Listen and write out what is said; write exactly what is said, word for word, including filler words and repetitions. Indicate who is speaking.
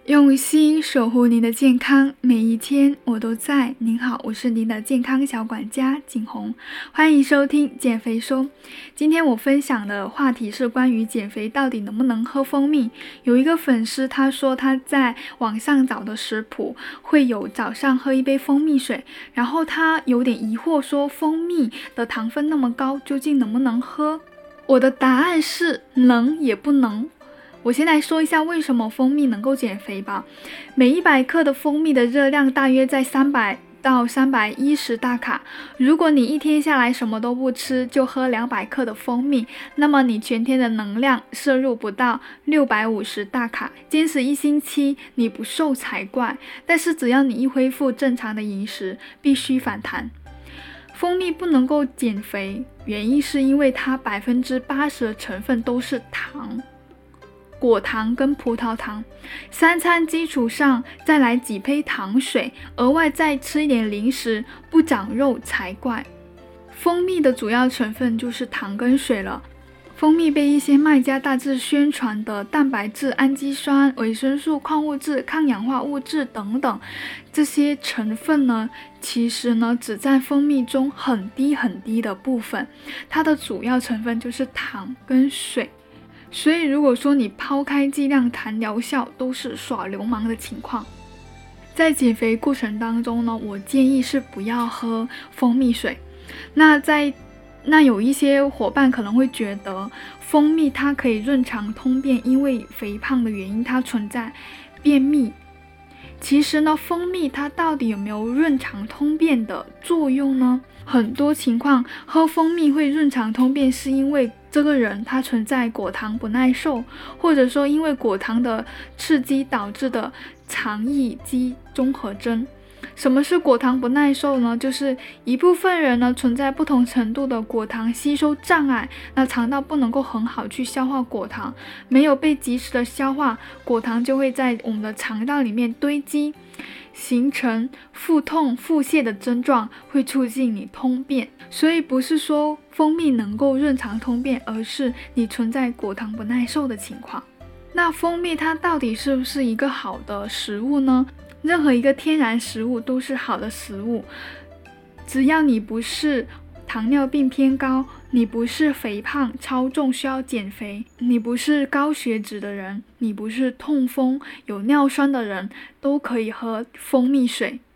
Speaker 1: 用心守护您的健康，每一天我都在。您好，我是您的健康小管家景红，欢迎收听减肥说。今天我分享的话题是关于减肥到底能不能喝蜂蜜。有一个粉丝他说他在网上找的食谱会有早上喝一杯蜂蜜水，然后他有点疑惑说蜂蜜的糖分那么高，究竟能不能喝？我的答案是能也不能。我先来说一下为什么蜂蜜能够减肥吧。每一百克的蜂蜜的热量大约在三百到三百一十大卡。如果你一天下来什么都不吃，就喝两百克的蜂蜜，那么你全天的能量摄入不到六百五十大卡。坚持一星期你不瘦才怪，但是只要你一恢复正常的饮食，必须反弹。蜂蜜不能够减肥，原因是因为它百分之八十的成分都是糖。果糖跟葡萄糖，三餐基础上再来几杯糖水，额外再吃一点零食，不长肉才怪。蜂蜜的主要成分就是糖跟水了。蜂蜜被一些卖家大致宣传的蛋白质、氨基酸、维生素、矿物质、抗氧化物质等等，这些成分呢，其实呢只占蜂蜜中很低很低的部分，它的主要成分就是糖跟水。所以如果说你抛开剂量谈疗效，都是耍流氓的情况。在减肥过程当中呢，我建议是不要喝蜂蜜水。那在那有一些伙伴可能会觉得蜂蜜它可以润肠通便，因为肥胖的原因它存在便秘。其实呢，蜂蜜它到底有没有润肠通便的作用呢？很多情况喝蜂蜜会润肠通便，是因为这个人他存在果糖不耐受，或者说因为果糖的刺激导致的肠易激综合征。什么是果糖不耐受呢？就是一部分人呢存在不同程度的果糖吸收障碍，那肠道不能够很好去消化果糖，没有被及时的消化，果糖就会在我们的肠道里面堆积，形成腹痛、腹泻的症状，会促进你通便。所以不是说蜂蜜能够润肠通便，而是你存在果糖不耐受的情况。那蜂蜜它到底是不是一个好的食物呢？任何一个天然食物都是好的食物，只要你不是糖尿病偏高，你不是肥胖超重需要减肥，你不是高血脂的人，你不是痛风有尿酸的人，都可以喝蜂蜜水。